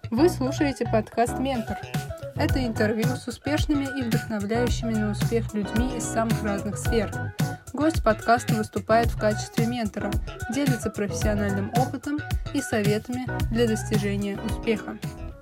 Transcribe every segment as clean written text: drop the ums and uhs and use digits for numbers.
Вы слушаете подкаст «Ментор». Это интервью с успешными и вдохновляющими на успех людьми из самых разных сфер. Гость подкаста выступает в качестве ментора, делится профессиональным опытом и советами для достижения успеха.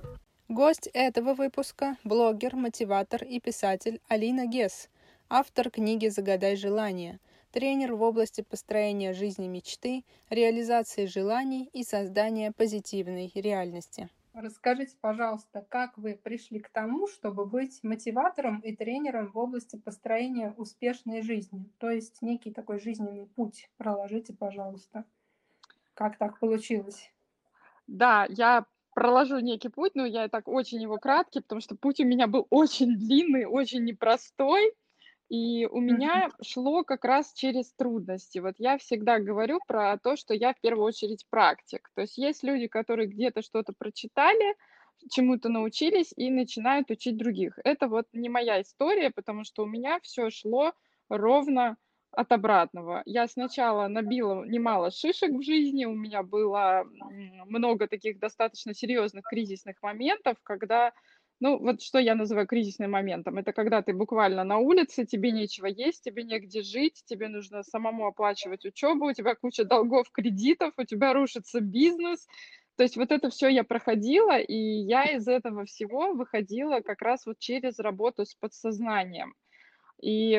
Гость этого выпуска – блогер, мотиватор и писатель Алина Гес, автор книги «Загадай желание», тренер в области построения жизни мечты, реализации желаний и создания позитивной реальности. Расскажите, пожалуйста, как вы пришли к тому, чтобы быть мотиватором и тренером в области построения успешной жизни? То есть некий такой жизненный путь проложите, пожалуйста. Как так получилось? Да, я проложу некий путь, но я так очень его краткий, потому что путь у меня был очень длинный, очень непростой, и у меня шло как раз через трудности. Вот я всегда говорю про то, что я в первую очередь практик. То есть есть люди, которые где-то что-то прочитали, чему-то научились и начинают учить других. Это вот не моя история, потому что у меня все шло ровно от обратного. Я сначала набила немало шишек в жизни, у меня было много таких достаточно серьезных кризисных моментов, когда, ну вот что я называю кризисным моментом, это когда ты буквально на улице, тебе нечего есть, тебе негде жить, тебе нужно самому оплачивать учебу, у тебя куча долгов, кредитов, у тебя рушится бизнес. То есть вот это все я проходила, и я из этого всего выходила как раз вот через работу с подсознанием. И,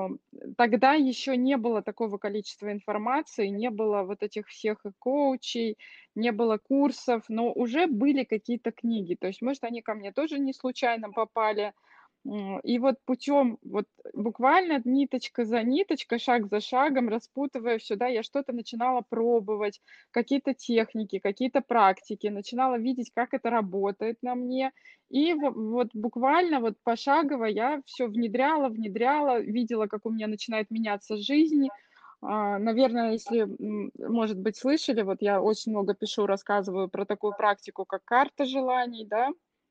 тогда еще не было такого количества информации, не было вот этих всех и коучей, не было курсов, но уже были какие-то книги. То есть, может, они ко мне тоже не случайно попали. И вот путем, вот буквально ниточка за ниточкой, шаг за шагом, распутывая все, да, я что-то начинала пробовать, какие-то техники, какие-то практики, начинала видеть, как это работает на мне. И вот буквально вот пошагово я все внедряла, видела, как у меня начинает меняться жизнь. Наверное, если, может быть, слышали, вот я очень много пишу, рассказываю про такую практику, как карта желаний, да.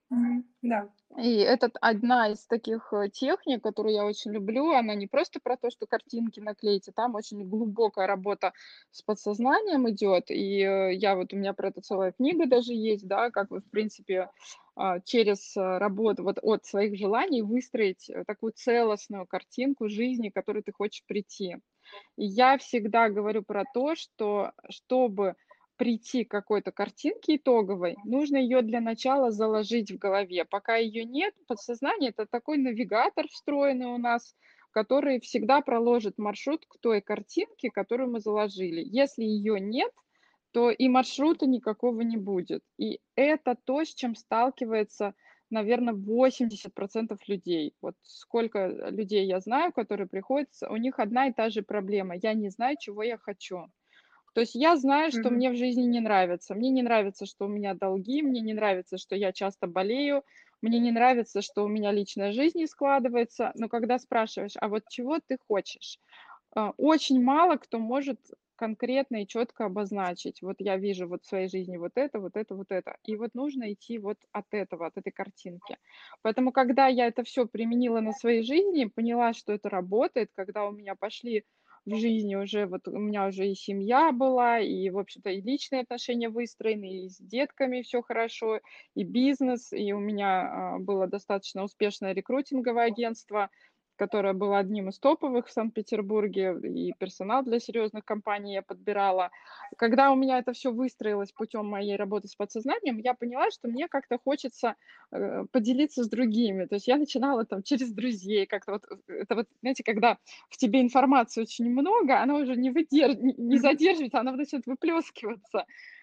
Да. И это одна из таких, техник, которую я очень люблю. Она не просто про то, что картинки наклеить, а там очень глубокая работа с подсознанием идет. И, у меня про это целая книга даже есть, да, как вот, в принципе, через, работу вот от своих желаний выстроить, такую целостную картинку жизни, к которой ты хочешь прийти. И я всегда говорю про то, что чтобы прийти к какой-то картинке итоговой, нужно ее для начала заложить в голове. Пока ее нет, подсознание — это такой навигатор встроенный у нас, который всегда проложит маршрут к той картинке, которую мы заложили. Если ее нет, то и маршрута никакого не будет. И это то, с чем сталкивается, наверное, 80% людей. Вот сколько людей я знаю, которые приходят, у них одна и та же проблема: я не знаю, чего я хочу. То есть я знаю, что Мгм. мне в жизни не нравится. Мне не нравится, что у меня долги, мне не нравится, что я часто болею, мне не нравится, что у меня личная жизнь не складывается. Но когда спрашиваешь: "А вот чего ты хочешь?", очень мало кто может конкретно и четко обозначить: "Вот я вижу вот в своей жизни вот это, вот это, вот это". И вот нужно идти вот от этого, от этой картинки. Поэтому, когда я это все применила на своей жизни, поняла, что это работает, когда у меня пошли в жизни уже, вот у меня уже и семья была, и, в общем-то, и личные отношения выстроены, и с детками все хорошо, и бизнес, и у меня, было достаточно успешное рекрутинговое агентство, которое было одним из топовых в Санкт-Петербурге, и персонал для серьезных компаний я подбирала. Когда у меня это все выстроилось путем моей работы с подсознанием, я поняла, что мне как-то хочется, поделиться с другими. То есть я начинала там через друзей как-то вот, это вот, знаете, когда в тебе информации очень много, она уже не Мгм. задерживается, она начинает выплескиваться.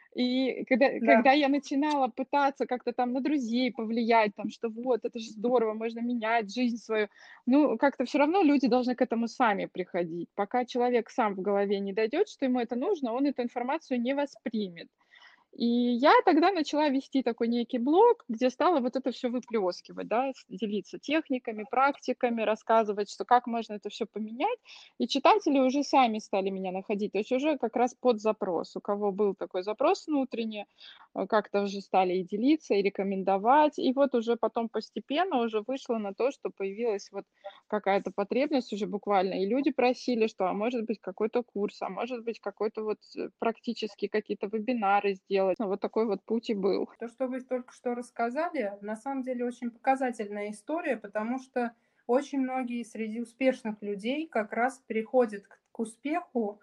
И когда Да. я начинала пытаться как-то там на друзей повлиять, там, что вот, это же здорово, можно менять жизнь свою, ну, как-то все равно люди должны к этому сами приходить. Пока человек сам в голове не дойдет, что ему это нужно, он эту информацию не воспримет. И я тогда начала вести такой некий блог, где стала вот это все выплескивать, да, делиться техниками, практиками, рассказывать, что как можно это все поменять. И читатели уже сами стали меня находить, то есть уже как раз под запрос. У кого был такой запрос внутренний, как-то уже стали и делиться, и рекомендовать. И вот уже потом постепенно уже вышло на то, что появилась вот какая-то потребность уже буквально. И люди просили, что, а может быть, какой-то курс, а может быть, какой-то вот практически какие-то вебинары сделать. делать. Вот такой вот путь и был. То, что вы только что рассказали, на самом деле очень показательная история, потому что очень многие среди успешных людей как раз переходят к успеху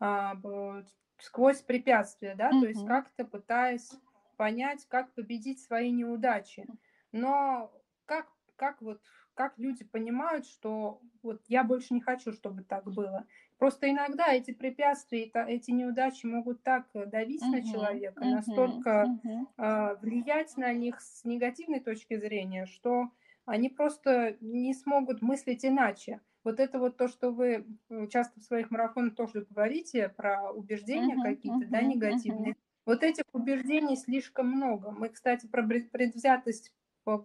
сквозь препятствия, да, то есть Мгм. как-то пытаясь понять, как победить свои неудачи. Но как, как вот как люди понимают, что вот я больше не хочу, чтобы так было. Просто иногда эти препятствия, эти неудачи могут так давить на Мгм. человека, Мгм. настолько Мгм. влиять на них с негативной точки зрения, что они просто не смогут мыслить иначе. Вот это вот то, что вы часто в своих марафонах тоже говорите про убеждения Мгм. какие-то, да, Мгм. Мгм. негативные. Вот этих убеждений слишком много. Мы, кстати, про предвзятость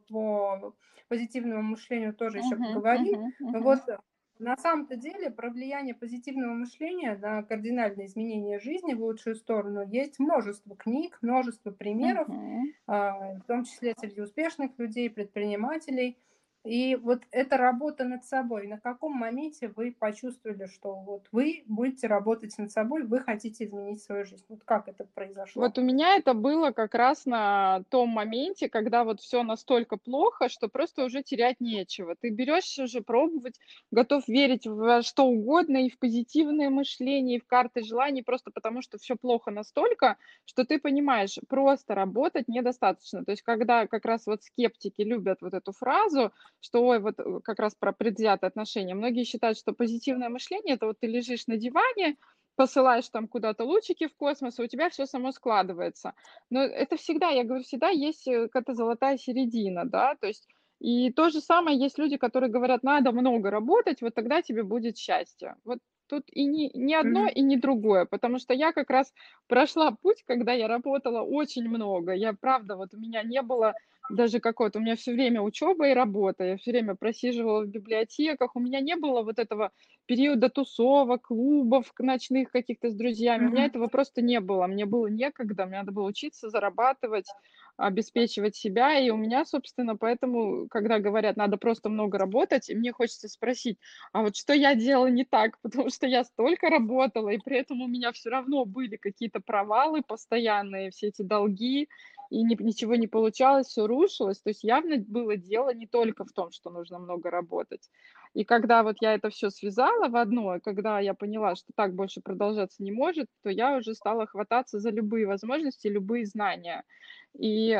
по позитивному мышлению тоже еще Мгм. поговорим. Мгм. Но Мгм. вот на самом-то деле про влияние позитивного мышления на кардинальное изменение жизни в лучшую сторону есть множество книг, множество примеров, Мгм. в том числе среди успешных людей, предпринимателей. И вот эта работа над собой, на каком моменте вы почувствовали, что вот вы будете работать над собой, вы хотите изменить свою жизнь? Вот как это произошло? Вот у меня это было как раз на том моменте, когда вот все настолько плохо, что просто уже терять нечего. Ты берешься уже пробовать, готов верить во что угодно, и в позитивное мышление, и в карты желаний, просто потому что все плохо настолько, что ты понимаешь, просто работать недостаточно. То есть когда как раз вот скептики любят вот эту фразу, что, ой, вот, как раз про предвзятые отношения. Многие считают, что позитивное мышление — это вот ты лежишь на диване, посылаешь там куда-то лучики в космос, и у тебя все само складывается. Но это всегда, я говорю, всегда есть, какая-то золотая середина, да. То есть и то же самое есть люди, которые говорят: "Надо много работать, вот тогда тебе будет счастье". Вот тут и не одно, Мгм. и не другое, потому что я как раз прошла путь, когда я работала очень много. Я правда, вот у меня не было даже какого-то, у меня все время учеба и работа, я все время просиживала в библиотеках, у меня не было вот этого периода тусовок, клубов ночных каких-то с друзьями. У меня Мгм. этого просто не было. Мне было некогда, мне надо было учиться, зарабатывать, обеспечивать себя. И у меня, собственно, поэтому, когда говорят, надо просто много работать, и мне хочется спросить, а вот что я делала не так? Потому что я столько работала, и при этом у меня все равно были какие-то провалы постоянные, все эти долги, и ничего не получалось, все рушилось. То есть явно было дело не только в том, что нужно много работать. И когда вот я это все связала в одно, и когда я поняла, что так больше продолжаться не может, то я уже стала хвататься за любые возможности, любые знания. И,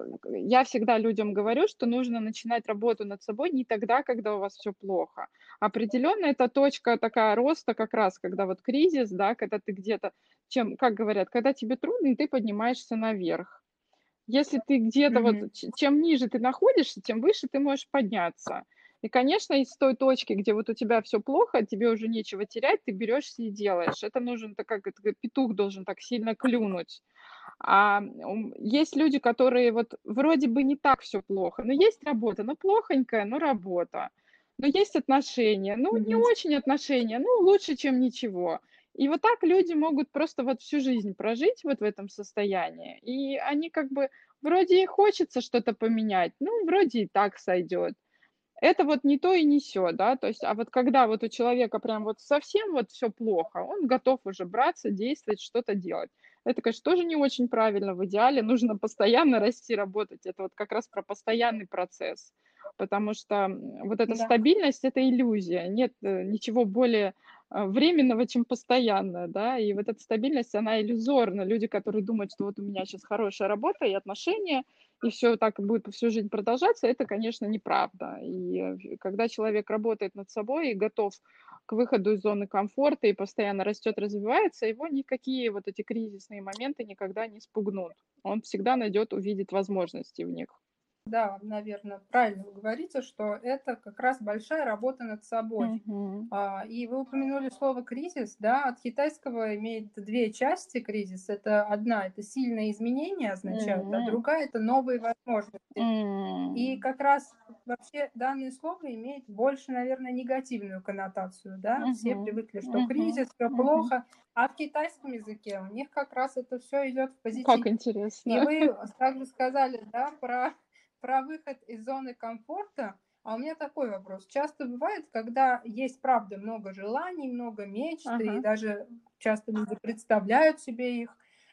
я всегда людям говорю, что нужно начинать работу над собой не тогда, когда у вас все плохо. Определенно, это точка такая роста как раз, когда вот кризис, да, когда ты где-то, чем как говорят, когда тебе трудно, и ты поднимаешься наверх. Если ты где-то вот, Мгм. чем ниже ты находишься, тем выше ты можешь подняться. И, конечно, из той точки, где вот у тебя все плохо, тебе уже нечего терять, ты берешься и делаешь. Это нужен, так как петух должен так сильно клюнуть. Есть люди, которые вот вроде бы не так все плохо, но есть работа, ну, плохонькая, но работа. Но есть отношения, ну, не Мгм. очень отношения, ну, лучше, чем ничего. И вот так люди могут просто вот всю жизнь прожить вот в этом состоянии. И они как бы вроде и хочется что-то поменять, ну, вроде и так сойдет. Это вот не то и не сё, да, то есть, а вот когда вот у человека прям вот совсем вот все плохо, он готов уже браться, действовать, что-то делать. Это, конечно, тоже не очень правильно. В идеале нужно постоянно расти, работать. Это вот как раз про постоянный процесс, потому что, вот эта Да. стабильность — это иллюзия. Нет, ничего более, временного, чем постоянное, да, и вот эта стабильность, она иллюзорна. Люди, которые думают, что вот у меня сейчас хорошая работа и отношения, и все так будет всю жизнь продолжаться, это, конечно, неправда. И, когда человек работает над собой и готов к выходу из зоны комфорта и постоянно растет, развивается, его никакие вот эти кризисные моменты никогда не спугнут. Он всегда найдет, увидит возможности в них. Да, наверное, правильно вы говорите, что это как раз большая работа над собой. Мгм. И вы упомянули слово кризис, да, от китайского имеет две части кризис. Это одна, это сильные изменения означает, а М. другая это новые возможности. И М. как раз вообще данное слово имеет больше, наверное, негативную коннотацию, да. Все Мгм. привыкли, что Мгм. кризис, все Мгм. плохо, а в китайском языке у них как раз это все идет в Как позитив. И интересно. вы также сказали, да, про выход из зоны комфорта. А у меня такой вопрос. Часто бывает, когда есть, правда, много желаний, много мечт, и Ага. даже часто люди представляют себе их,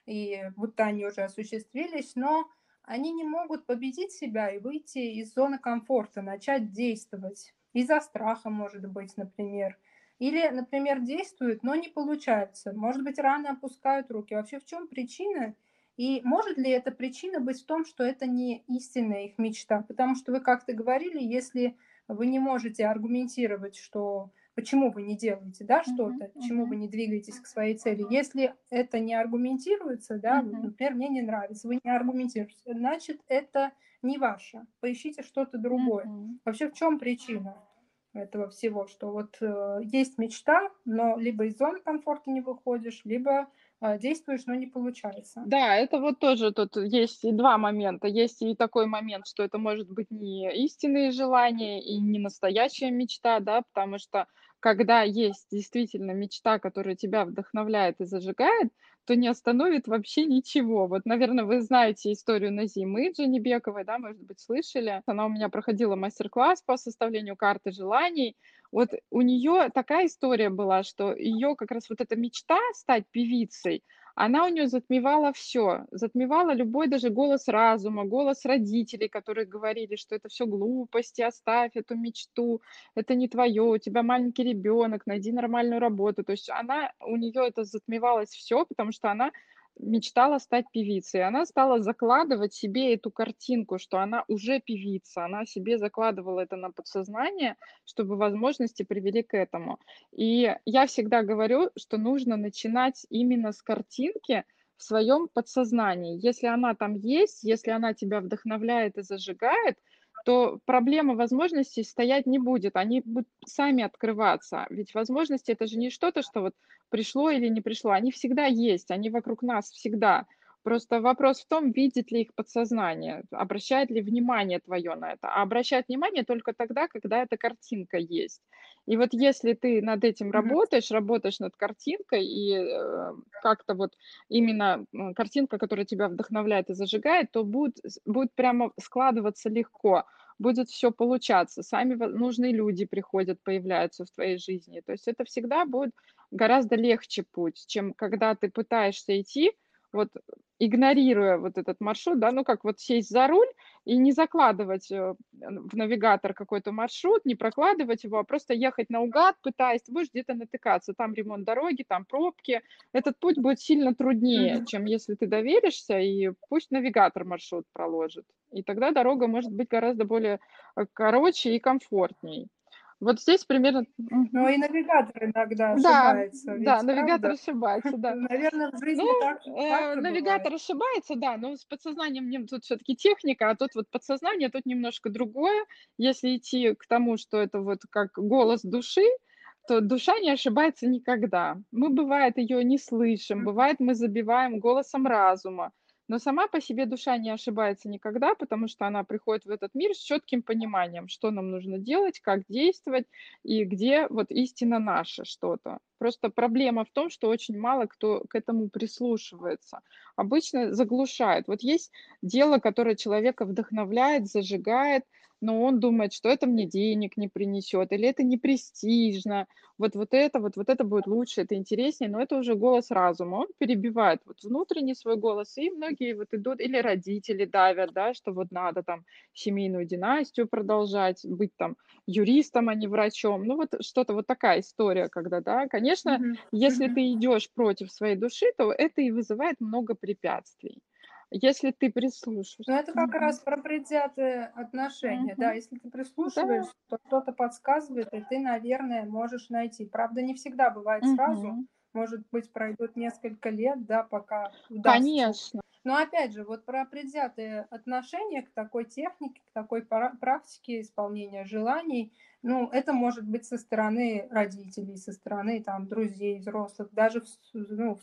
и будто они уже осуществились, но они не могут победить себя и выйти из зоны комфорта, начать действовать. Из-за страха, может быть, например. Или, например, действуют, но не получается. Может быть, рано опускают руки. Вообще, в чем причина? И может ли эта причина быть в том, что это не истинная их мечта? Потому что вы как-то говорили, если вы не можете аргументировать, что почему вы не делаете, да, Мгм, что-то, почему вы мгм, не двигаетесь к своей цели. Если это не аргументируется, да, вот, мгм, например, мне не нравится, вы не аргументируете, значит, это не ваше. Поищите что-то другое. мгм. Вообще, в чем причина этого всего? Что вот есть мечта, но либо из зоны комфорта не выходишь, либо действуешь, но не получается. Да, это вот тоже тут есть и 2 момента. Есть и такой момент, что это может быть не истинные желания и не настоящая мечта, да, потому что когда есть действительно мечта, которая тебя вдохновляет и зажигает, то не остановит вообще ничего. Вот, наверное, вы знаете историю Назимы Джанибековой, да, может быть, слышали. Она у меня проходила мастер-класс по составлению карты желаний. Вот у нее такая история была, что ее как раз вот эта мечта стать певицей, она у нее затмевала все, затмевала любой даже голос разума, голос родителей, которые говорили, что это все глупости, оставь эту мечту, это не твое, у тебя маленький ребенок, найди нормальную работу. То есть она у нее это затмевалось все, потому что она мечтала стать певицей. Она стала закладывать себе эту картинку, что она уже певица. Она себе закладывала это на подсознание, чтобы возможности привели к этому. И я всегда говорю, что нужно начинать именно с картинки в своем подсознании. Если она там есть, если она тебя вдохновляет и зажигает, то проблема возможностей стоять не будет, они будут сами открываться. Ведь возможности это же не что-то, что вот пришло или не пришло, они всегда есть, они вокруг нас всегда. Просто вопрос в том, видит ли их подсознание, обращает ли внимание твое на это. А обращает внимание только тогда, когда эта картинка есть. И вот если ты над этим Мгм. работаешь над картинкой, и, как-то вот именно, картинка, которая тебя вдохновляет и зажигает, то будет прямо складываться легко, будет все получаться. Сами нужные люди приходят, появляются в твоей жизни. То есть это всегда будет гораздо легче путь, чем когда ты пытаешься идти, вот игнорируя вот этот маршрут, да, ну, как вот сесть за руль и не закладывать, в навигатор какой-то маршрут, не прокладывать его, а просто ехать наугад, пытаясь, ты будешь где-то натыкаться. Там ремонт дороги, там пробки. Этот путь будет сильно труднее, Мгм. чем если ты доверишься, и пусть навигатор маршрут проложит. И тогда дорога может быть гораздо более короче и комфортней. Вот здесь примерно. Но Мгм. и навигатор иногда Да, ошибается, да, ведь навигатор правда? ошибается, да. Наверное, в Ну, жизни так же бывает. навигатор ошибается, да, но с подсознанием в нем тут все-таки техника, а тут вот подсознание, тут немножко другое. Если идти к тому, что это вот как голос души, то душа не ошибается никогда. Мы, бывает, ее не слышим, Мгм. бывает, мы забиваем голосом разума. Но сама по себе душа не ошибается никогда, потому что она приходит в этот мир с четким пониманием, что нам нужно делать, как действовать и где вот истина наша что-то. Просто проблема в том, что очень мало кто к этому прислушивается. Обычно заглушают. Вот есть дело, которое человека вдохновляет, зажигает, но он думает, что это мне денег не принесет, или это не престижно, вот это будет лучше, это интереснее, но это уже голос разума. Он перебивает вот внутренний свой голос, и многие вот идут, или родители давят, да, что вот надо там семейную династию продолжать, быть там юристом, а не врачом. Ну, вот что-то вот такая история, когда, да, конечно, Мгм. если Мгм. ты идешь против своей души, то это и вызывает много препятствий. Если ты прислушаешься. Но это как Мгм. раз про предвзятые отношения, да. Мгм. Если ты Да. прислушиваешься, то кто-то подсказывает, и ты, наверное, можешь найти. Правда, не всегда бывает сразу. Мгм. Может быть, пройдет несколько лет, да, пока удастся. Конечно. Но опять же, вот про предвзятые отношения к такой технике, к такой практике исполнения желаний, ну, это может быть со стороны родителей, со стороны там друзей, взрослых, даже ну,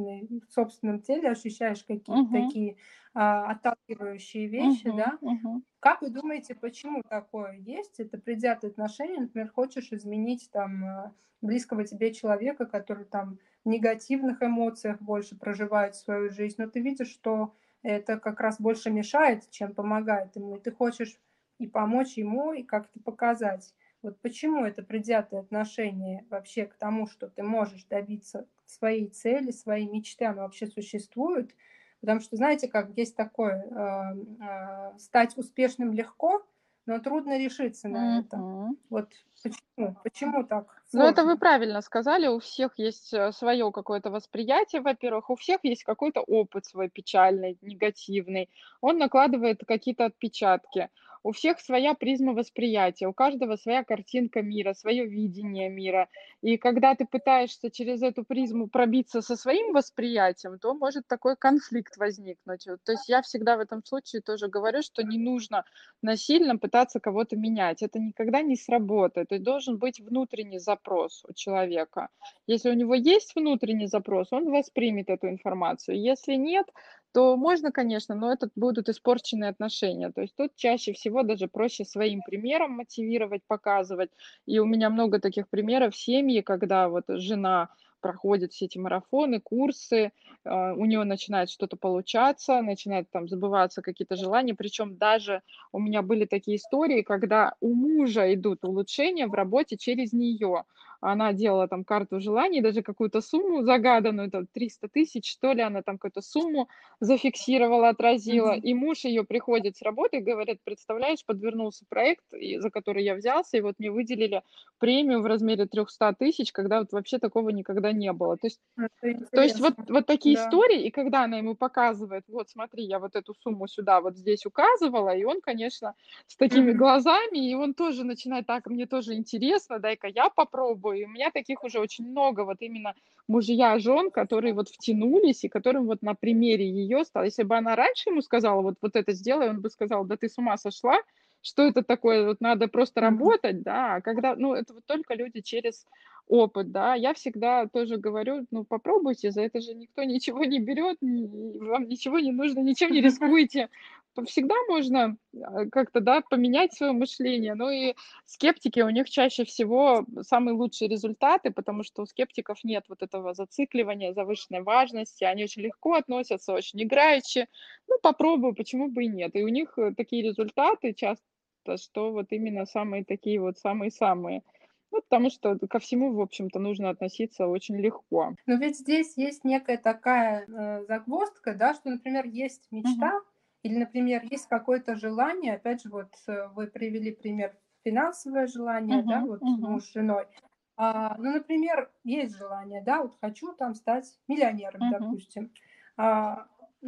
в собственном теле ощущаешь какие-то Мгм. такие отталкивающие вещи, Мгм. да. Мгм. Как вы думаете, почему такое есть? Это предвзятые отношения, например, хочешь изменить там близкого тебе человека, который там в негативных эмоциях больше проживает свою жизнь, но ты видишь, что это как раз больше мешает, чем помогает ему, и ты хочешь и помочь ему, и как-то показать. Вот почему это предвзятое отношение вообще к тому, что ты можешь добиться своей цели, своей мечты, оно вообще существует? Потому что, знаете, как есть такое, стать успешным легко, но трудно решиться на это. Мгм. Вот почему? Почему так Ну, это вы сложно? правильно сказали. У всех есть свое какое-то восприятие, во-первых, у всех есть какой-то опыт свой печальный, негативный. Он накладывает какие-то отпечатки. У всех своя призма восприятия, у каждого своя картинка мира, свое видение мира. И когда ты пытаешься через эту призму пробиться со своим восприятием, то может такой конфликт возникнуть. Вот, то есть я всегда в этом случае тоже говорю, что не нужно насильно пытаться кого-то менять. Это никогда не сработает. То есть должен быть внутренний запрос у человека. Если у него есть внутренний запрос, он воспримет эту информацию. Если нет, то можно, конечно, но это будут испорченные отношения. То есть тут чаще всего даже проще своим примером мотивировать, показывать. И у меня много таких примеров в семье, когда вот жена проходит все эти марафоны, курсы, у нее начинает что-то получаться, начинает там забываться какие-то желания, причем даже у меня были такие истории, когда у мужа идут улучшения в работе через нее. Она делала там карту желаний, даже какую-то сумму загаданную, там 300 тысяч, что ли, она там какую-то сумму зафиксировала, отразила. Мгм. И муж ее приходит с работы и говорит, представляешь, подвернулся проект, за который я взялся, и вот мне выделили премию в размере 300 тысяч, когда вот вообще такого никогда не было. Это То есть вот интересно. вот такие Да. истории, и когда она ему показывает: "Вот смотри, я вот эту сумму сюда вот здесь указывала", и он, конечно, с такими Мгм. глазами, и он тоже начинает: "Так, мне тоже интересно, дай-ка я попробую". И у меня таких уже очень много, вот именно мужья, жен, которые вот втянулись, и которым вот на примере ее стало. Если бы она раньше ему сказала: "Вот это сделай", он бы сказал: "Да ты с ума сошла, что это такое? Вот надо просто Мгм. работать". Да, а когда, ну, это вот только люди через опыт, да. Я всегда тоже говорю: "Ну, попробуйте, за это же никто ничего не берет, вам ничего не нужно, ничем не рискуете". Всегда можно, как-то, да, поменять свое мышление. Ну и скептики, у них чаще всего самые лучшие результаты, потому что у скептиков нет вот этого зацикливания, завышенной важности. Они очень легко относятся, очень играючи. Ну, попробую, почему бы и нет. И у них, такие результаты часто, что вот именно самые такие вот, самые-самые. Ну, потому что ко всему, в общем-то, нужно относиться очень легко. Но ведь здесь есть некая такая, загвоздка, да, что, например, есть Мгм. мечта или, например, есть какое-то желание. Опять же, вот, вы привели пример финансовое желание, да, Мгм. вот Мгм. муж с женой. Ну, например, есть желание, да, вот хочу там стать миллионером, Мгм. допустим. А,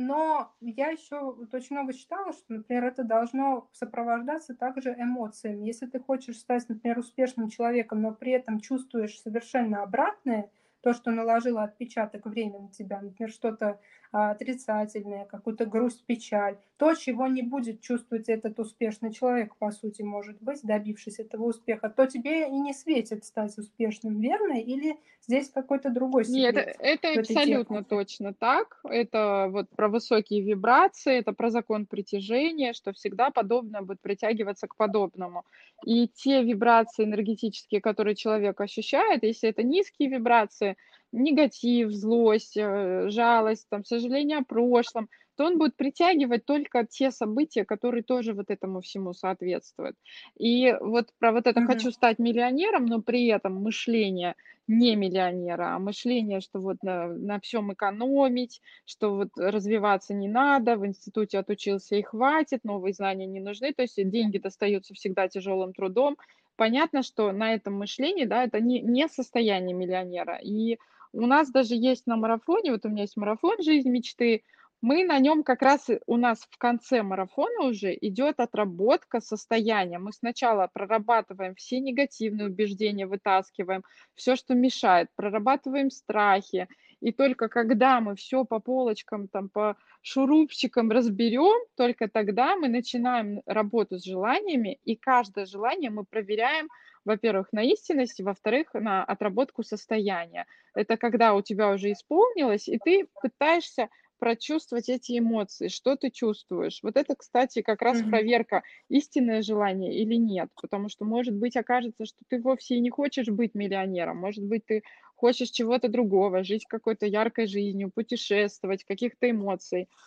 но я еще вот очень много читала, что, например, это должно сопровождаться также эмоциями. Если ты хочешь стать, например, успешным человеком, но при этом чувствуешь совершенно обратное, то, что наложило отпечаток время на тебя, например, что-то отрицательное, какую-то грусть, печаль, то, чего не будет чувствовать этот успешный человек, по сути, может быть, добившись этого успеха, то тебе и не светит стать успешным, верно? Или здесь какой-то другой Нет, секрет это в этой абсолютно технике? точно так. Это вот про высокие вибрации, это про закон притяжения, что всегда подобное будет притягиваться к подобному. И те вибрации энергетические, которые человек ощущает, если это низкие вибрации, негатив, злость, жалость, там, сожаление о прошлом, то он будет притягивать только те события, которые тоже вот этому всему соответствуют. И вот про вот это Мгм. «хочу стать миллионером», но при этом мышление не миллионера, а мышление, что вот на всем экономить, что вот развиваться не надо, в институте отучился и хватит, новые знания не нужны, то есть деньги достаются всегда тяжелым трудом. Понятно, что на этом мышлении, да, это не состояние миллионера. И у нас даже есть на марафоне, вот у меня есть марафон «Жизнь мечты», мы на нем как раз, у нас в конце марафона уже идет отработка состояния. Мы сначала прорабатываем все негативные убеждения, вытаскиваем, все, что мешает, прорабатываем страхи. И только когда мы все по полочкам, там, по шурупчикам разберем, только тогда мы начинаем работу с желаниями, и каждое желание мы проверяем, во-первых, на истинность, и, во-вторых, на отработку состояния. Это когда у тебя уже исполнилось, и ты пытаешься прочувствовать эти эмоции, что ты чувствуешь. Вот это, кстати, как раз Мгм. проверка, истинное желание или нет. Потому что, может быть, окажется, что ты вовсе и не хочешь быть миллионером. Может быть, ты хочешь чего-то другого, жить какой-то яркой жизнью, путешествовать, каких-то эмоций.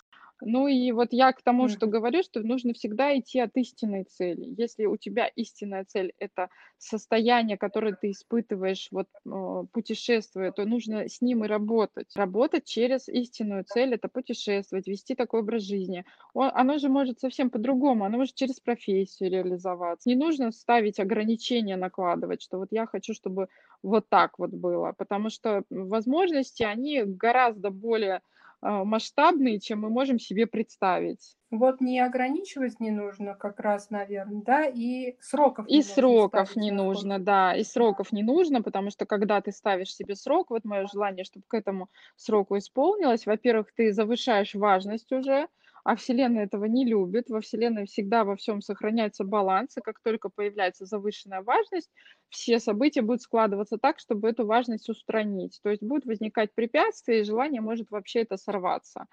Ну и вот я к тому, что Мгм. говорю, что нужно всегда идти от истинной цели. Если у тебя истинная цель — это состояние, которое ты испытываешь, вот, путешествуя, то нужно с ним и работать. Работать через истинную цель — это путешествовать, вести такой образ жизни. Оно же может совсем по-другому, оно может через профессию реализоваться. Не нужно ставить ограничения, накладывать, что вот я хочу, чтобы вот так вот было, потому что возможности, они гораздо более масштабные, чем мы можем себе представить. Вот не ограничивать не нужно как раз, наверное, да, и сроков И не нужно сроков ставить, не нужно, насколько да, и да. сроков не нужно, потому что когда ты ставишь себе срок, вот мое желание, чтобы к этому сроку исполнилось, во-первых, ты завышаешь важность уже, а Вселенная этого не любит. Во Вселенной всегда во всем сохраняется баланс, и как только появляется завышенная важность, все события будут складываться так, чтобы эту важность устранить. То есть будут возникать препятствия, и желание может вообще это сорваться.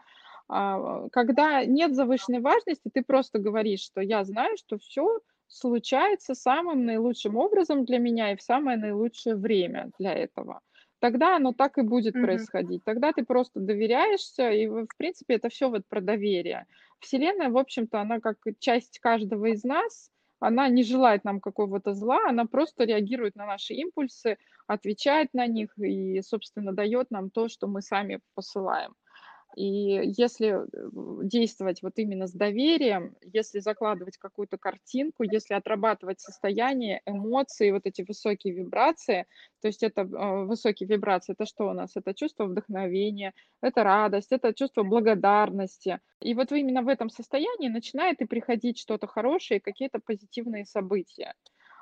Когда нет завышенной важности, ты просто говоришь, что я знаю, что все случается самым наилучшим образом для меня и в самое наилучшее время для этого. Тогда оно так и будет Мгм. происходить. Тогда ты просто доверяешься, и, в принципе, это все вот про доверие. Вселенная, в общем-то, она как часть каждого из нас, она не желает нам какого-то зла, она просто реагирует на наши импульсы, отвечает на них и, собственно, дает нам то, что мы сами посылаем. И если, действовать вот именно с доверием, если закладывать какую-то картинку, если отрабатывать состояние, эмоции, вот эти высокие вибрации, то есть это, высокие вибрации — это что у нас? Это чувство вдохновения, это радость, это чувство благодарности. И вот именно в этом состоянии начинает и приходить что-то хорошее, какие-то позитивные события.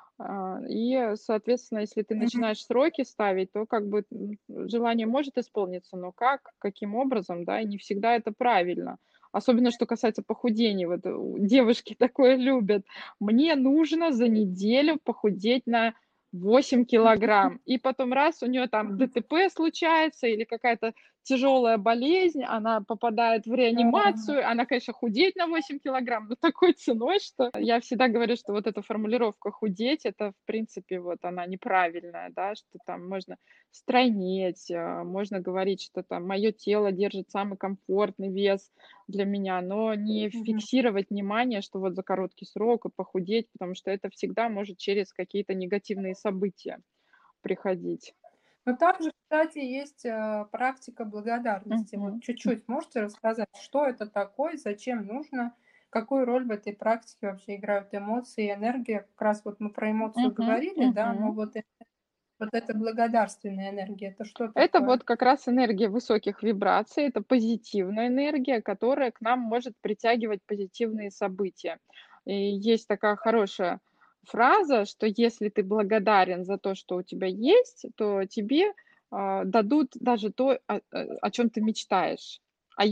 Соответственно, если ты Мгм. начинаешь сроки ставить, то как бы, желание может исполниться, но как, каким образом, да, и не всегда это правильно. Особенно что касается похудения. Вот, девушки такое любят. Мне нужно за неделю похудеть на 8 килограмм. И потом раз, у нее там ДТП случается или какая-то тяжелая болезнь, она попадает в Да. реанимацию, она, конечно, худеет на 8 килограмм, но такой ценой, что я всегда говорю, что вот эта формулировка худеть, это, в принципе, вот она неправильная, да, что там можно стройнеть, можно говорить, что там мое тело держит самый комфортный вес для меня, но не Мгм. фиксировать внимание, что вот за короткий срок и похудеть, потому что это всегда может через какие-то негативные события приходить. Но также, кстати, есть, практика благодарности. Вот Мгм. чуть-чуть можете рассказать, что это такое, зачем нужно, какую роль в этой практике вообще играют эмоции и энергия? Как раз вот мы про эмоцию Мгм. говорили, да, но Мгм. вот вот эта благодарственная энергия — это что Это такое? вот как раз энергия высоких вибраций, это позитивная энергия, которая к нам может притягивать позитивные события. И есть такая хорошая фраза, что если ты благодарен за то, что у тебя есть, то тебе дадут даже то, о чем ты мечтаешь. А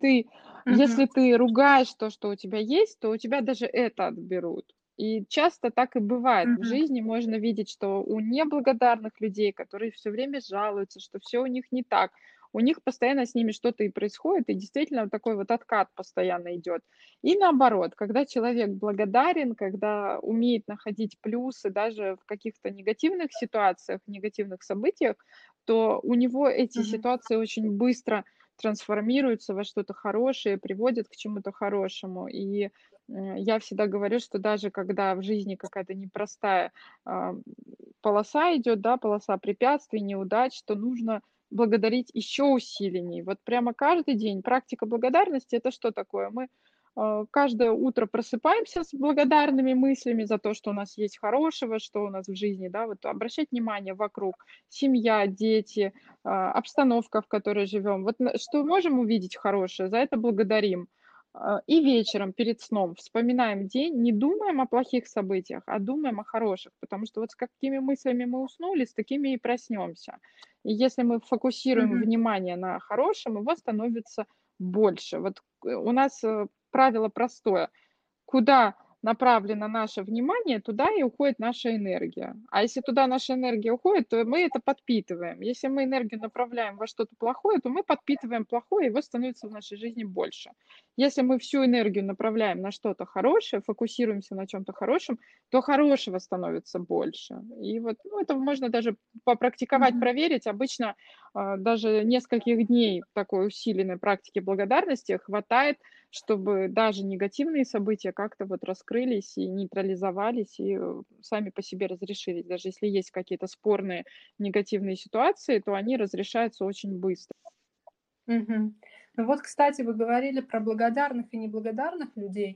Мгм. если ты ругаешь то, что у тебя есть, то у тебя даже это отберут. И часто так и бывает. В Мгм. жизни можно видеть, что у неблагодарных людей, которые все время жалуются, что все у них не так, у них постоянно с ними что-то и происходит, и действительно вот такой вот откат постоянно идет. И наоборот, когда человек благодарен, когда умеет находить плюсы даже в каких-то негативных ситуациях, негативных событиях, то у него эти Мгм. ситуации очень быстро трансформируются во что-то хорошее, приводят к чему-то хорошему. Я всегда говорю, что даже когда в жизни какая-то непростая, а, полоса идет, да, полоса препятствий, неудач, то нужно благодарить еще усиленней. Вот прямо каждый день. Практика благодарности — это что такое? Мы, каждое утро просыпаемся с благодарными мыслями за то, что у нас есть хорошего, что у нас в жизни, да, вот обращать внимание вокруг: семья, дети, обстановка, в которой живем. Вот что можем увидеть хорошее, за это благодарим. И вечером перед сном вспоминаем день, не думаем о плохих событиях, а думаем о хороших, потому что вот с какими мыслями мы уснули, с такими и проснемся. И если мы фокусируем Мгм. внимание на хорошем, его становится больше. Вот у нас правило простое: куда направлено наше внимание, туда и уходит наша энергия. А если туда наша энергия уходит, то мы это подпитываем. Если мы энергию направляем во что-то плохое, то мы подпитываем плохое, и его становится в нашей жизни больше. если мы всю энергию направляем на что-то хорошее, фокусируемся на чем-то хорошем, то хорошего становится больше. И вот, ну, это можно даже попрактиковать, Мгм. проверить. Обычно даже нескольких дней такой усиленной практики благодарности хватает, чтобы даже негативные события как-то вот раскрылись и нейтрализовались, и сами по себе разрешились. Даже если есть какие-то спорные негативные ситуации, то они разрешаются очень быстро. Мгм. Ну вот, кстати, вы говорили про благодарных и неблагодарных людей.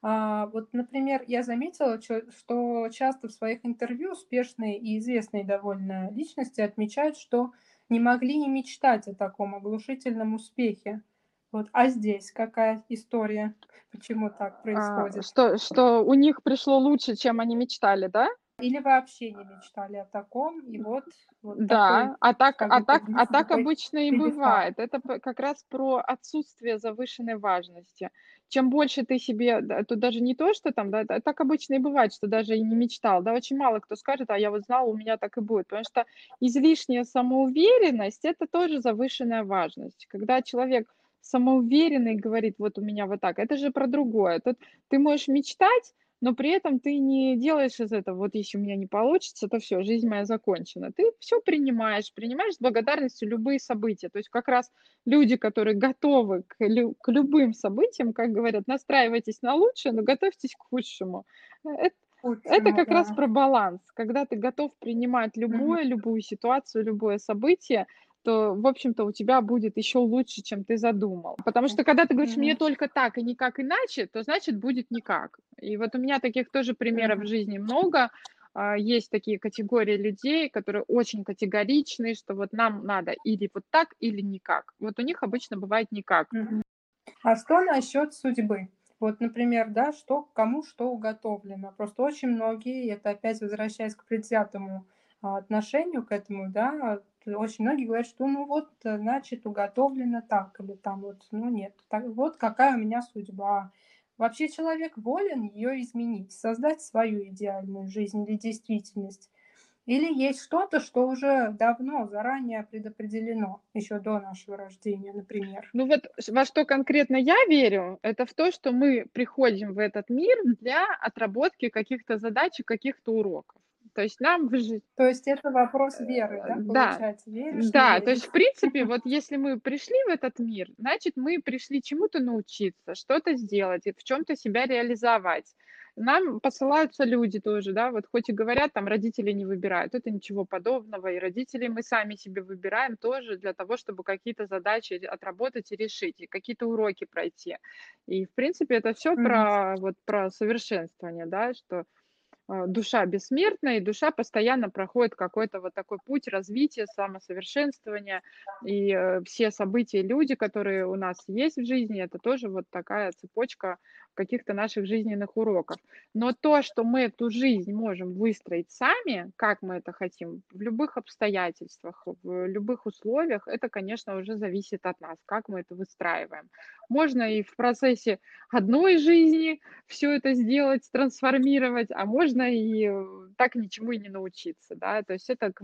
Вот, например, я заметила, что часто в своих интервью успешные и известные довольно личности отмечают, что не могли не мечтать о таком оглушительном успехе. Вот, а здесь какая история? Почему так происходит? Что у них пришло лучше, чем они мечтали, да? Или вообще не мечтали о таком, и вот такой, Да, а так как а будто так а вниз так такой обычно и пьедестал. бывает. Это как раз про отсутствие завышенной важности. Чем больше ты себе, да, тут даже не то, что там, да, так обычно и бывает, что даже и не мечтал, да, очень мало кто скажет: "А я вот знал, у меня так и будет". Потому что излишняя самоуверенность — это тоже завышенная важность. Когда человек самоуверенный говорит: "Вот у меня вот так", это же про другое. Тут ты можешь мечтать, но при этом ты не делаешь из этого: "Вот если у меня не получится, то все, жизнь моя закончена". Ты все принимаешь с благодарностью любые события. То есть как раз люди, которые готовы к любым событиям, как говорят, настраивайтесь на лучшее, но готовьтесь к худшему. Эт это Худшему, как раз да. про баланс. Когда ты готов принимать Мгм. любую ситуацию, любое событие, то, в общем-то, у тебя будет еще лучше, чем ты задумал. Потому что когда ты говоришь: "Мне Мгм. только так и никак иначе", то значит будет никак. И вот у меня таких тоже примеров в Мгм. жизни много. Есть такие категории людей, которые очень категоричны, что вот нам надо или вот так, или никак. Вот у них обычно бывает никак. Мгм. А что насчет судьбы? Вот, например, да, что кому что уготовлено. Просто очень многие, это опять возвращаясь к предвзятому отношению к этому, да, очень многие говорят, что ну вот, значит, уготовлено так, или там вот, ну нет, так, вот какая у меня судьба. Вообще человек волен ее изменить, создать свою идеальную жизнь или действительность. Или есть что-то, что уже давно, заранее предопределено, еще до нашего рождения, например. Ну вот во что конкретно я верю, это в то, что мы приходим в этот мир для отработки каких-то задач и каких-то уроков. То есть нам в жизни. То есть это вопрос веры, да, Да, получается? Веришь, не да, то есть, веришь? в принципе, вот если мы пришли в этот мир, значит, мы пришли чему-то научиться, что-то сделать и в чем-то себя реализовать. Нам посылаются люди тоже, да, вот хоть и говорят, там родители не выбирают, это ничего подобного, и родителей мы сами себе выбираем тоже для того, чтобы какие-то задачи отработать и решить, и какие-то уроки пройти. И, в принципе, это все Мгм. про, вот, про совершенствование, да, что душа бессмертна, и душа постоянно проходит какой-то вот такой путь развития, самосовершенствования. И все события, люди, которые у нас есть в жизни, это тоже вот такая цепочка каких-то наших жизненных уроков. Но то, что мы эту жизнь можем выстроить сами, как мы это хотим, в любых обстоятельствах, в любых условиях, это, конечно, уже зависит от нас, как мы это выстраиваем. Можно и в процессе одной жизни все это сделать, трансформировать, а можно и так ничему и не научиться, да. То есть это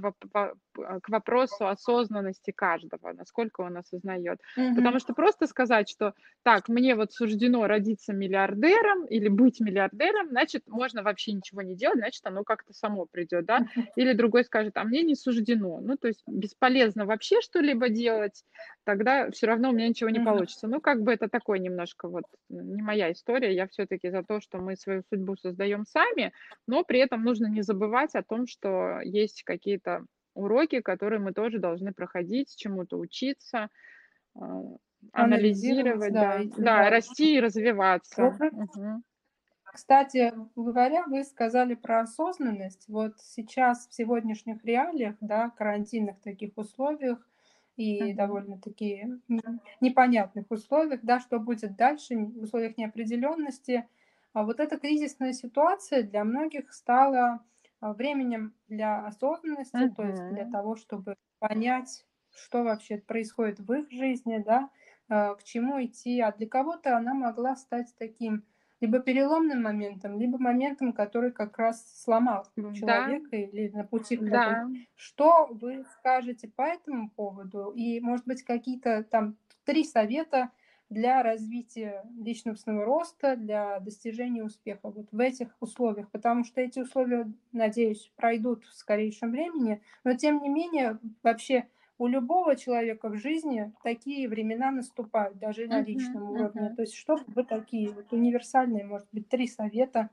к вопросу осознанности каждого, насколько он осознает. Мгм. Потому что просто сказать, что так, мне вот суждено родиться миллиардером или быть миллиардером, значит, можно вообще ничего не делать, значит, оно как-то само придет, да. Или другой скажет: "А мне не суждено". Ну, то есть бесполезно вообще что-либо делать, тогда все равно у меня ничего не Мгм. получится. Ну, как бы это такой немножко вот не моя история. Я все-таки за то, что мы свою судьбу создаем сами, но при этом нужно не забывать о том, что есть какие-то уроки, которые мы тоже должны проходить, чему-то учиться, а, Анализировать, анализировать, да, да, и да, развиваться. расти и Вот развиваться. вы, Мгм. кстати говоря, вы сказали про осознанность. Вот сейчас в сегодняшних реалиях, да, карантинных таких условиях и Мгм. довольно-таки непонятных условиях, да, что будет дальше в условиях неопределенности. А вот эта кризисная ситуация для многих стала временем для осознанности, то есть для Мгм. того, чтобы понять, что вообще происходит в их жизни, да, к чему идти. А для кого-то она могла стать таким либо переломным моментом, либо моментом, который как раз сломал Да, человека или на пути к этому. да. Что вы скажете по этому поводу? И, может быть, какие-то там 3 совета, для развития личностного роста, для достижения успеха вот в этих условиях? Потому что эти условия, надеюсь, пройдут в скорейшем времени, но тем не менее вообще у любого человека в жизни такие времена наступают, даже на Мгм, личном уровне. мгм. То есть что бы вы такие вот универсальные, может быть, 3 совета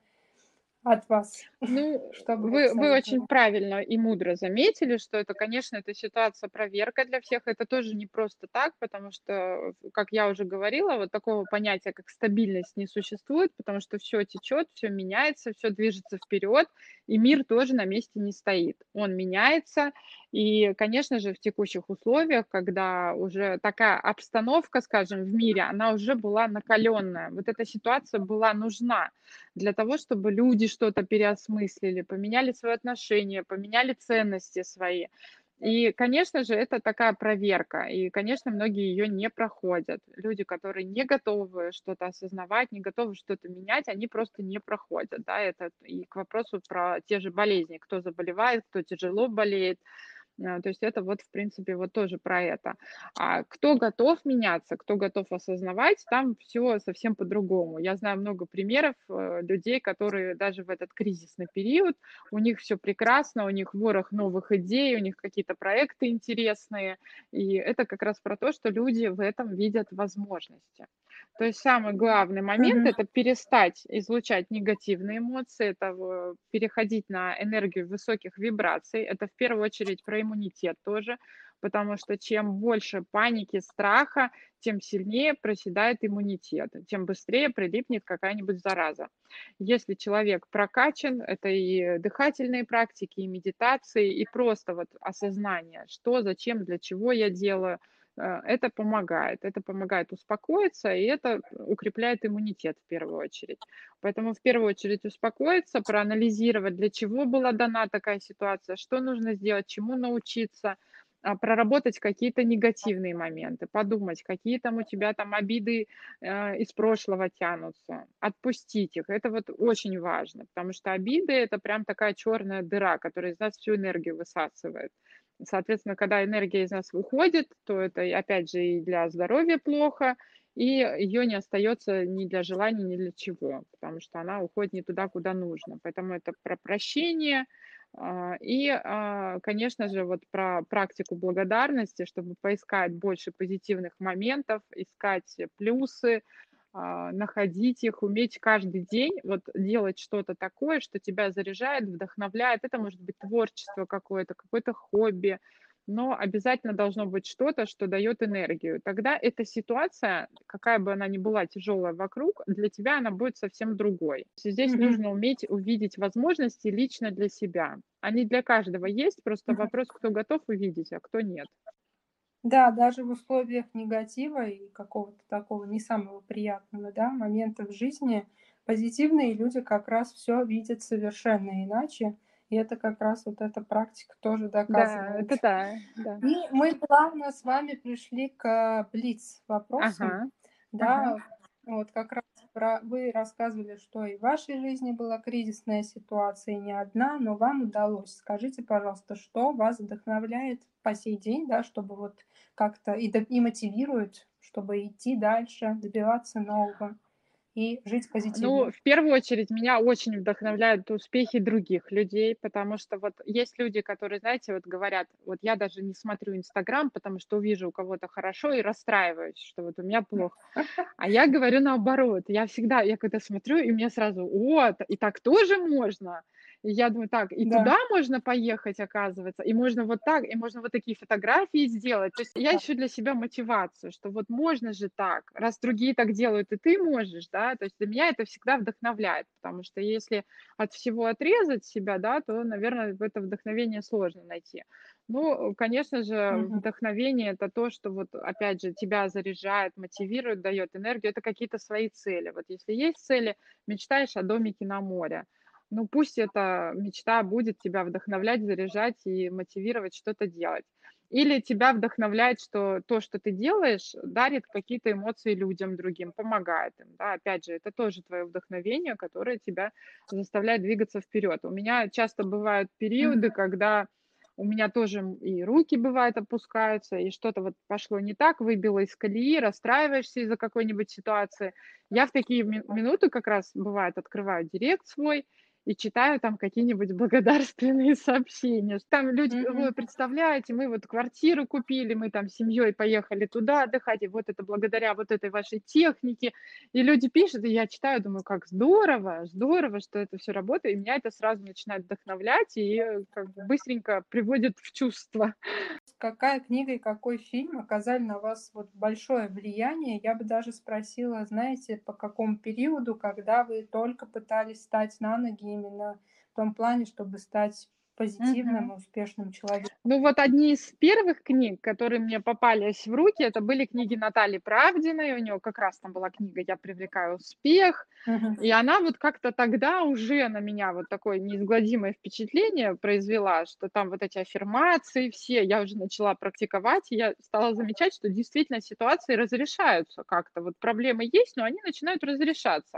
от вас, Ну, что бы вы вы очень посоветовали? правильно и мудро заметили, что это, конечно, эта ситуация проверка для всех. Это тоже не просто так, потому что, как я уже говорила, вот такого понятия, как стабильность, не существует, потому что все течет, все меняется, все движется вперед, и мир тоже на месте не стоит. Он меняется, и, конечно же, в текущих условиях, когда уже такая обстановка, скажем, в мире, она уже была накаленная, вот эта ситуация была нужна для того, чтобы люди что-то переосмыслили, поменяли свои отношения, поменяли ценности свои. И, конечно же, это такая проверка, и, конечно, многие ее не проходят. Люди, которые не готовы что-то осознавать, не готовы что-то менять, они просто не проходят. Да, это и к вопросу про те же болезни, кто заболевает, кто тяжело болеет, то есть это вот, в принципе, вот тоже про это. А кто готов меняться, кто готов осознавать, там все совсем по-другому. Я знаю много примеров людей, которые даже в этот кризисный период, у них все прекрасно, у них ворох новых идей, у них какие-то проекты интересные. И это как раз про то, что люди в этом видят возможности. То есть самый главный момент — Мгм. это перестать излучать негативные эмоции, это переходить на энергию высоких вибраций. Это в первую очередь про иммунитет тоже, потому что чем больше паники, страха, тем сильнее проседает иммунитет, тем быстрее прилипнет какая-нибудь зараза. Если человек прокачан, это и дыхательные практики, и медитации, и просто вот осознание, что, зачем, для чего я делаю, это помогает. Это помогает успокоиться, и это укрепляет иммунитет в первую очередь. Поэтому в первую очередь успокоиться, проанализировать, для чего была дана такая ситуация, что нужно сделать, чему научиться, проработать какие-то негативные моменты, подумать, какие там у тебя там обиды из прошлого тянутся, отпустить их. Это вот очень важно, потому что обиды — это прям такая черная дыра, которая из нас всю энергию высасывает. Соответственно, когда энергия из нас выходит, то это, опять же, и для здоровья плохо, и ее не остается ни для желаний, ни для чего, потому что она уходит не туда, куда нужно. Поэтому это про прощение конечно же, вот про практику благодарности, чтобы поискать больше позитивных моментов, искать плюсы, находить их, уметь каждый день вот делать что-то такое, что тебя заряжает, вдохновляет. Это может быть творчество какое-то, какое-то хобби, но обязательно должно быть что-то, что дает энергию. Тогда эта ситуация, какая бы она ни была тяжелая вокруг, для тебя она будет совсем другой. Здесь Мгм. нужно уметь увидеть возможности лично для себя. Они для каждого есть, просто Мгм. вопрос, кто готов увидеть, а кто нет. Да, даже в условиях негатива и какого-то такого не самого приятного, да, момента в жизни, позитивные люди как раз все видят совершенно иначе. И это как раз вот эта практика тоже Да, доказывает. это да, да. И мы плавно с вами пришли к блиц-вопросам. Ага, ага. Да, вот как раз вы рассказывали, что и в вашей жизни была кризисная ситуация, и не одна, но вам удалось. Скажите, пожалуйста, что вас вдохновляет по сей день, да, чтобы вот как-то и мотивирует, чтобы идти дальше, добиваться нового и жить Ну, позитивно? в первую очередь, меня очень вдохновляют успехи других людей, потому что вот есть люди, которые, знаете, вот говорят, вот я даже не смотрю Инстаграм, потому что увижу у кого-то хорошо и расстраиваюсь, что вот у меня плохо. А я говорю наоборот. Я когда смотрю, и мне сразу: "О, и так тоже можно". И я думаю: "Так, и Да, туда можно поехать, оказывается, и можно вот так, и можно вот такие фотографии сделать". То есть я да. ищу для себя мотивацию, что вот можно же так, раз другие так делают, и ты можешь, да. То есть для меня это всегда вдохновляет, потому что если от всего отрезать себя, да, то, наверное, в это вдохновение сложно найти. Ну, конечно же, Мгм. вдохновение — это то, что вот, опять же, тебя заряжает, мотивирует, дает энергию. Это какие-то свои цели. Вот если есть цели, мечтаешь о домике на море. Ну, пусть эта мечта будет тебя вдохновлять, заряжать и мотивировать что-то делать. Или тебя вдохновляет, что то, что ты делаешь, дарит какие-то эмоции людям другим, помогает им. Да? Опять же, это тоже твое вдохновение, которое тебя заставляет двигаться вперед. У меня часто бывают периоды, Мгм. когда у меня тоже и руки, бывает, опускаются, и что-то вот пошло не так, выбило из колеи, расстраиваешься из-за какой-нибудь ситуации. Я в такие минуты как раз, бывает, открываю директ свой и читаю там какие-нибудь благодарственные сообщения. Там люди: "Ой, Мгм. представляете, мы вот квартиру купили, мы там с семьей поехали туда отдыхать, и вот это благодаря вот этой вашей технике". И люди пишут, и я читаю, думаю: "Как здорово, здорово, что это все работает". И меня это сразу начинает вдохновлять и, как бы быстренько приводит в чувство. Какая книга и какой фильм оказали на вас вот большое влияние? Я бы даже спросила, знаете, по какому периоду, когда вы только пытались встать на ноги именно в том плане, чтобы стать позитивным Мгм. и успешным человеком? Ну, вот одни из первых книг, которые мне попались в руки, это были книги Натальи Правдиной. У нее как раз там была книга "Я привлекаю успех". Мгм. И она вот как-то тогда уже на меня вот такое неизгладимое впечатление произвела, что там вот эти аффирмации все, я уже начала практиковать, и я стала замечать, что действительно ситуации разрешаются как-то. Вот проблемы есть, но они начинают разрешаться.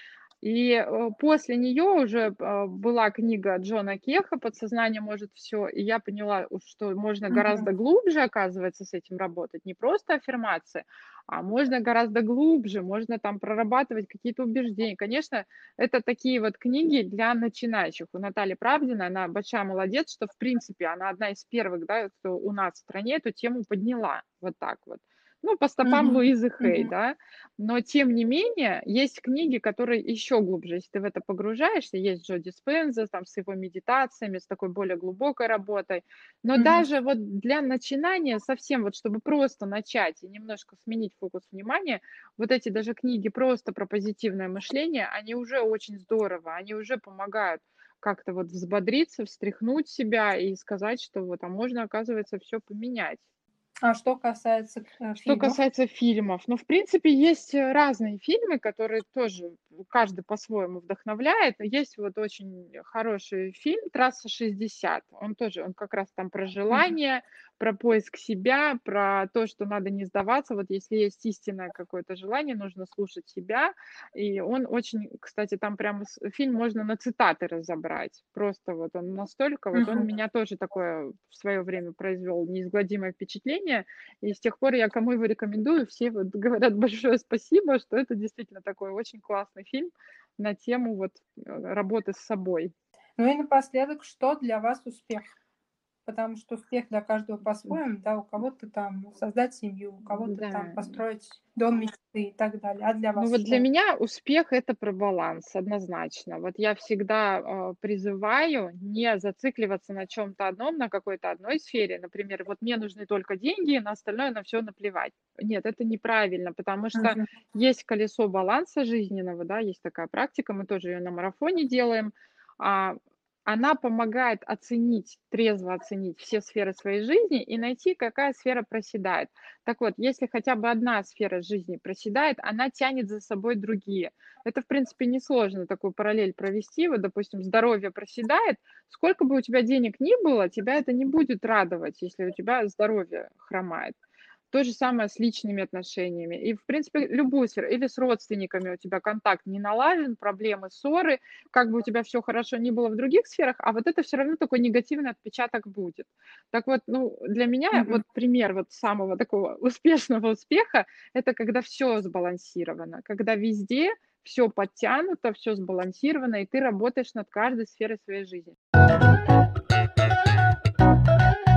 И, после нее уже, была книга Джона Кеха "Подсознание может все", и я поняла, что можно Мгм. гораздо глубже, оказывается, с этим работать. Не просто аффирмации, а можно гораздо глубже, можно там прорабатывать какие-то убеждения. Конечно, это такие вот книги для начинающих. У Натальи Правдиной, она большая молодец, что, в принципе, она одна из первых, да, кто у нас в стране эту тему подняла. Вот так вот. Ну, по стопам Мгм. Луизы Хей, Мгм. да. Но тем не менее, есть книги, которые еще глубже, если ты в это погружаешься. Есть Джо Диспенза там с его медитациями, с такой более глубокой работой. Но Мгм. даже вот для начинания совсем, вот чтобы просто начать и немножко сменить фокус внимания, вот эти даже книги просто про позитивное мышление, они уже очень здорово, они уже помогают как-то вот взбодриться, встряхнуть себя и сказать, что вот, а можно, оказывается, все поменять. А что касается Что фильмов? касается фильмов, ну, в принципе, есть, разные фильмы, которые тоже каждый по-своему вдохновляет. Есть вот очень хороший фильм "Трасса 60". Он тоже, он как раз там про Мгм. желание, про поиск себя, про то, что надо не сдаваться. Вот если есть истинное какое-то желание, нужно слушать себя. И он очень, кстати, там прямо фильм можно на цитаты разобрать. Просто вот он настолько, вот он Мгм. меня тоже такое в свое время произвел неизгладимое впечатление. И с тех пор я кому его рекомендую, все вот говорят большое спасибо, что это действительно такой очень классный фильм на тему вот, работы с собой. Ну и напоследок, что для вас успех? Потому что успех для каждого по-своему, да, у кого-то там создать семью, у кого-то там Да. построить дом мечты и так далее. А для Ну вас вот для что? меня успех — это про баланс, однозначно. Вот я всегда, призываю не зацикливаться на чем то одном, на какой-то одной сфере. Например, вот мне нужны только деньги, на остальное на все наплевать. Нет, это неправильно, потому что Мгм. есть колесо баланса жизненного, да, есть такая практика, мы тоже ее на марафоне делаем. А, Она помогает оценить, трезво оценить все сферы своей жизни и найти, какая сфера проседает. Так вот, если хотя бы одна сфера жизни проседает, она тянет за собой другие. Это, в принципе, несложно такую параллель провести. Вот, допустим, здоровье проседает. Сколько бы у тебя денег ни было, тебя это не будет радовать, если у тебя здоровье хромает. То же самое с личными отношениями. И, в принципе, любую сферу. Или с родственниками у тебя контакт не налажен, проблемы, ссоры. Как бы у тебя все хорошо ни было в других сферах, а вот это все равно такой негативный отпечаток будет. Так вот, ну, для меня Мгм. вот пример вот самого такого успешного успеха — это когда все сбалансировано, когда везде все подтянуто, все сбалансировано, и ты работаешь над каждой сферой своей жизни.